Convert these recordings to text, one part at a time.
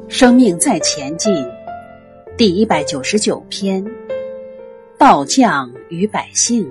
生命在前进，第199篇，道将与百姓。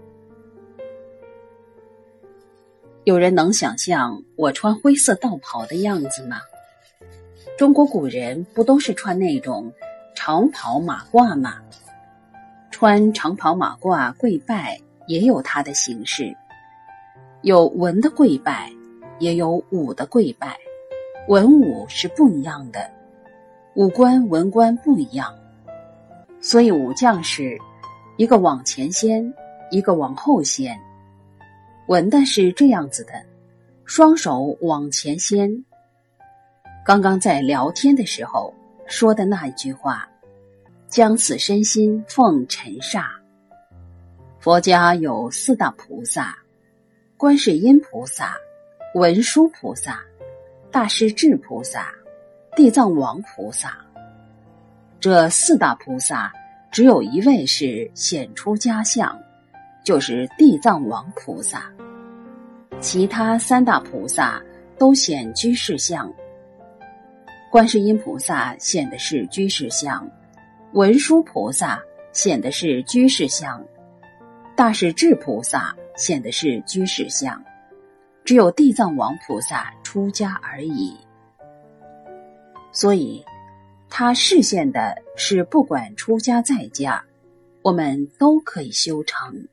有人能想象我穿灰色道袍的样子吗？中国古人不都是穿那种长袍马褂吗？穿长袍马褂跪拜也有它的形式，有文的跪拜，也有武的跪拜，文武是不一样的，武官文官不一样，所以武将是一个往前先，一个往后先。文的是这样子的，双手往前先。刚刚在聊天的时候说的那一句话，将此身心奉尘煞。佛家有4大菩萨，观世音菩萨、文殊菩萨、大势至菩萨、地藏王菩萨。这4大菩萨只有一位是显出家相，就是地藏王菩萨，其他3大菩萨都显居士相。观世音菩萨显的是居士相，文殊菩萨显的是居士相，大势至菩萨显的是居士相，只有地藏王菩萨出家而已。所以他示现的是不管出家在家，我们都可以修成。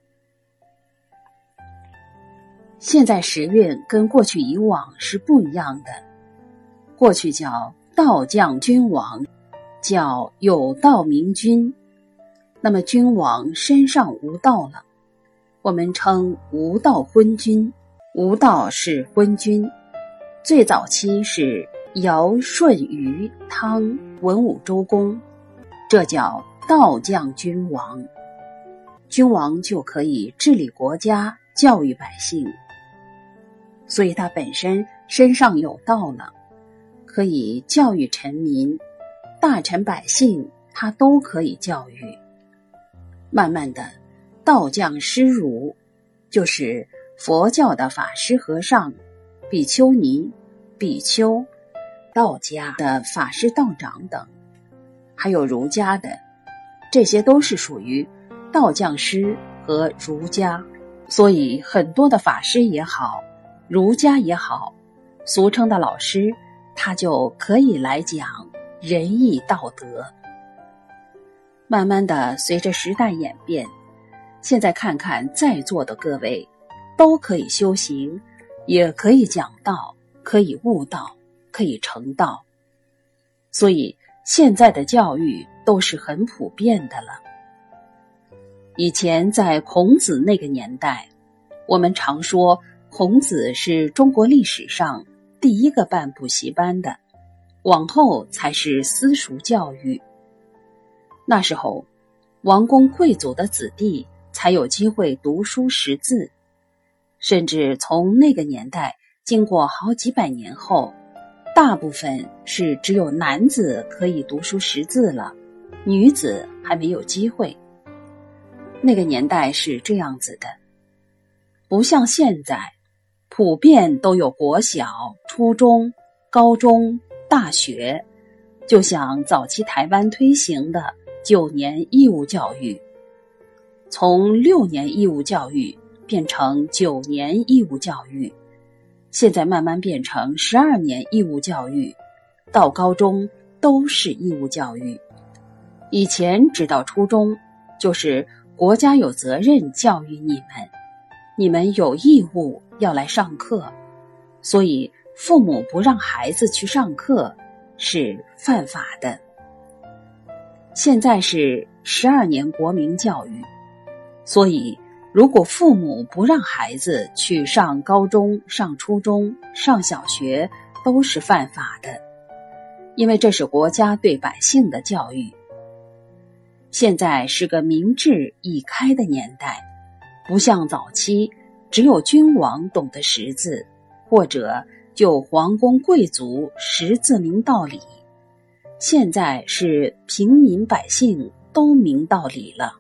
现在时运跟过去以往是不一样的，过去叫道将君王，叫有道明君，那么君王身上无道了，我们称无道昏君。无道是昏君，最早期是尧、舜、禹、汤、文武周公，这叫道将君王。君王就可以治理国家，教育百姓，所以他本身身上有道了，可以教育臣民，大臣百姓他都可以教育。慢慢的，道将师儒，就是佛教的法师和尚、比丘尼、比丘，道家的法师道长等，还有儒家的，这些都是属于道将师和儒家。所以很多的法师也好，儒家也好，俗称的老师，他就可以来讲仁义道德。慢慢的随着时代演变，现在看看在座的各位都可以修行，也可以讲道，可以悟道，可以成道。所以现在的教育都是很普遍的了。以前在孔子那个年代，我们常说孔子是中国历史上第一个办补习班的，往后才是私塾教育。那时候王公贵族的子弟才有机会读书识字，甚至从那个年代经过好几百年后，大部分是只有男子可以读书识字了，女子还没有机会。那个年代是这样子的，不像现在普遍都有国小、初中、高中、大学，就像早期台湾推行的9年义务教育，从6年义务教育变成9年义务教育，现在慢慢变成12年义务教育，到高中都是义务教育。以前只到初中，就是国家有责任教育你们，你们有义务要来上课，所以父母不让孩子去上课是犯法的。现在是12年国民教育，所以如果父母不让孩子去上高中、上初中、上小学，都是犯法的，因为这是国家对百姓的教育。现在是个明智已开的年代，不像早期只有君王懂得识字，或者就皇宫贵族识字明道理。现在是平民百姓都明道理了。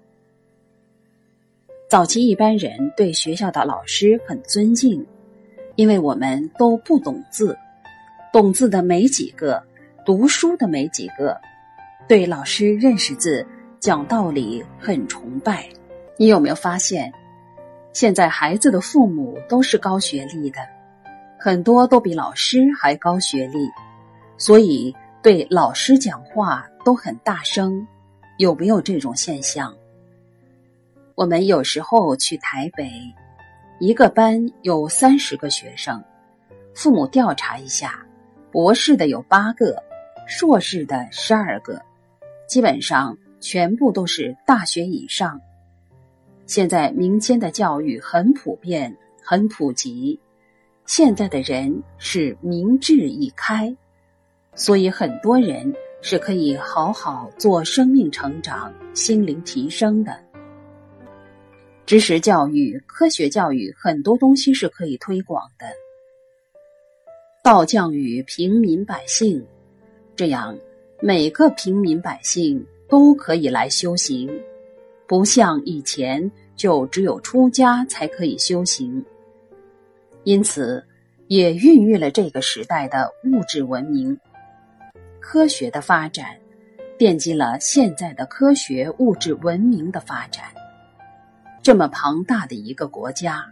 早期一般人对学校的老师很尊敬，因为我们都不懂字，懂字的没几个， 读书的没几个，对老师认识字、讲道理很崇拜。你有没有发现，现在孩子的父母都是高学历的，很多都比老师还高学历，所以对老师讲话都很大声，有没有这种现象？我们有时候去台北，一个班有30个学生，父母调查一下，博士的有8个，硕士的12个，基本上全部都是大学以上。现在民间的教育很普遍，很普及，现在的人是民智已开，所以很多人是可以好好做生命成长、心灵提升的。知识教育、科学教育很多东西是可以推广的，道降于平民百姓，这样每个平民百姓都可以来修行，不像以前就只有出家才可以修行。因此也孕育了这个时代的物质文明。科学的发展奠基了现在的科学物质文明的发展。这么庞大的一个国家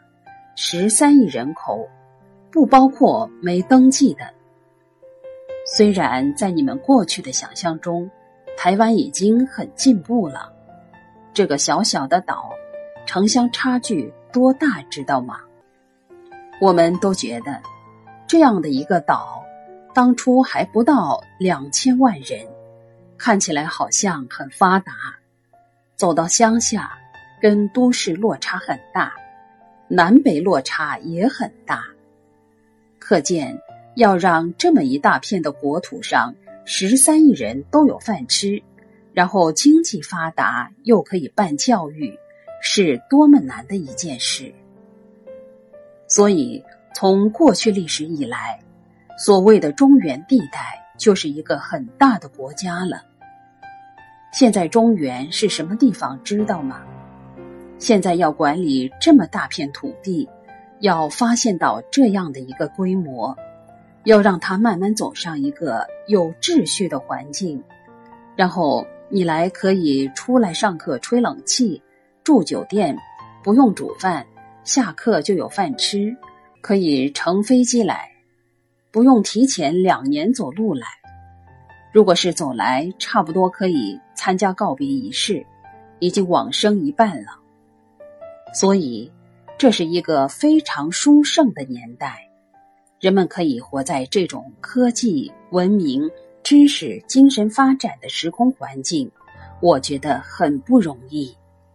，13亿人口，不包括没登记的。虽然在你们过去的想象中，台湾已经很进步了，这个小小的岛，城乡差距多大知道吗？我们都觉得，这样的一个岛，当初还不到2000万人，看起来好像很发达，走到乡下，跟都市落差很大，南北落差也很大。可见要让这么一大片的国土上13亿人都有饭吃，然后经济发达又可以办教育，是多么难的一件事。所以从过去历史以来，所谓的中原地带就是一个很大的国家了。现在中原是什么地方知道吗？现在要管理这么大片土地，要发现到这样的一个规模，要让它慢慢走上一个有秩序的环境，然后你来可以出来上课吹冷气，住酒店，不用煮饭，下课就有饭吃，可以乘飞机来，不用提前2年走路来。如果是走来，差不多可以参加告别仪式，已经往生一半了。所以这是一个非常殊胜的年代，人们可以活在这种科技、文明、知识、精神发展的时空环境，我觉得很不容易。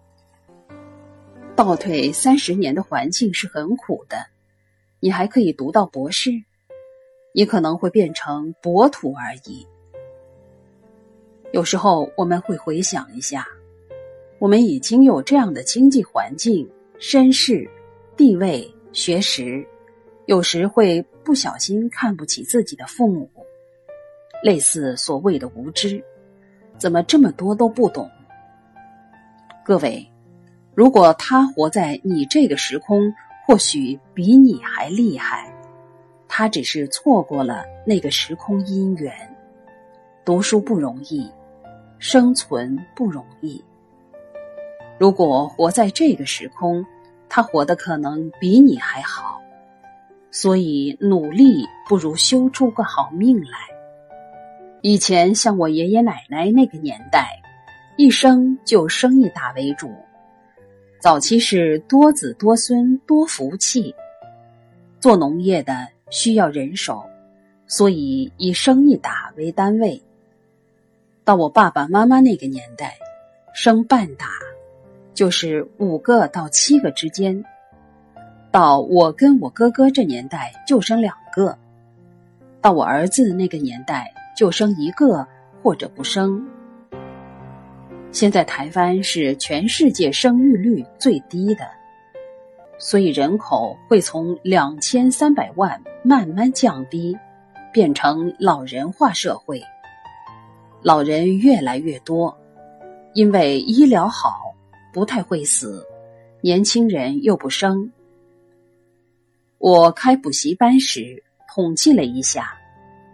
倒退30年的环境是很苦的，你还可以读到博士，你可能会变成博土而已。有时候我们会回想一下，我们已经有这样的经济环境、身世、地位、学识，有时会不小心看不起自己的父母，类似所谓的无知，怎么这么多都不懂？各位，如果他活在你这个时空，或许比你还厉害，他只是错过了那个时空因缘。读书不容易，生存不容易。如果活在这个时空，他活得可能比你还好，所以努力不如修出个好命来。以前像我爷爷奶奶那个年代，一生就生意大为主，早期是多子多孙多福气，做农业的需要人手，所以以生意大为单位。到我爸爸妈妈那个年代，生半打就是5个到7个之间，到我跟我哥哥这年代就生2个，到我儿子那个年代就生1个或者不生。现在台湾是全世界生育率最低的，所以人口会从2300万慢慢降低，变成老人化社会。老人越来越多，因为医疗好，不太会死，年轻人又不生。我开补习班时统计了一下，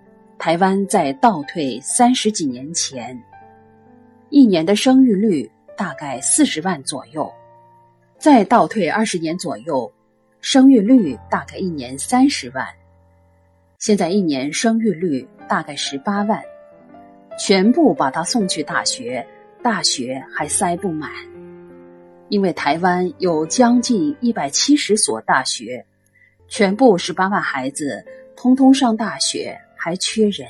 台湾在倒退30几年前，一年的生育率大概40万左右，再倒退20年左右，生育率大概一年30万，现在一年生育率大概18万，全部把他送去大学，大学还塞不满。因为台湾有将近170所大学，全部18万孩子通通上大学，还缺人。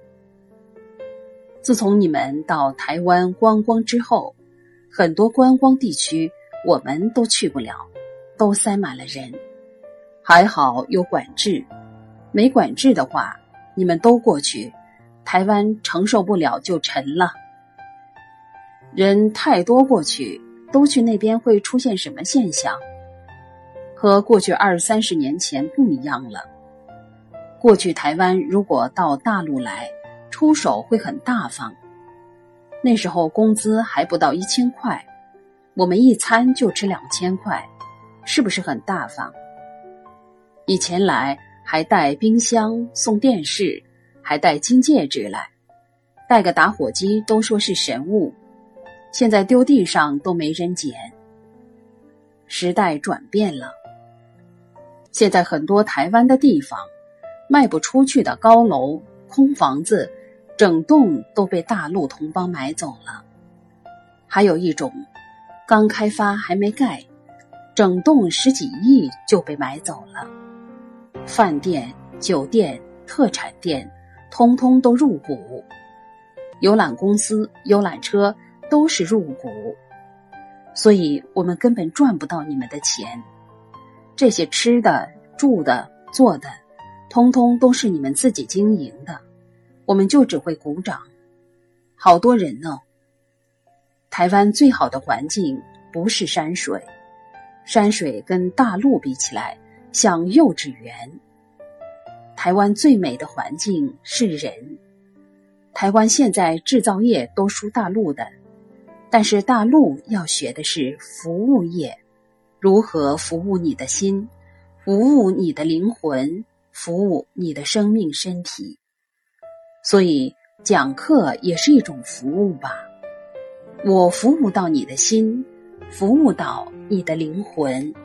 自从你们到台湾观光之后，很多观光地区我们都去不了，都塞满了人。还好有管制，没管制的话，你们都过去，台湾承受不了就沉了。人太多过去，都去那边会出现什么现象？和过去20-30年前不一样了。过去台湾如果到大陆来，出手会很大方。那时候工资还不到1000块，我们一餐就吃2000块，是不是很大方？以前来还带冰箱、送电视，还带金戒指来，带个打火机都说是神物，现在丢地上都没人捡。时代转变了，现在很多台湾的地方，卖不出去的高楼、空房子，整栋都被大陆同胞买走了。还有一种，刚开发还没盖，整栋10几亿就被买走了。饭店、酒店、特产店，通通都入股。游览公司、游览车都是入股，所以我们根本赚不到你们的钱。这些吃的、住的、做的，通通都是你们自己经营的，我们就只会鼓掌。好多人呢。台湾最好的环境不是山水，山水跟大陆比起来像幼稚园。台湾最美的环境是人。台湾现在制造业都输大陆的，但是大陆要学的是服务业，如何服务你的心，服务你的灵魂，服务你的生命身体。所以讲课也是一种服务吧。我服务到你的心，服务到你的灵魂。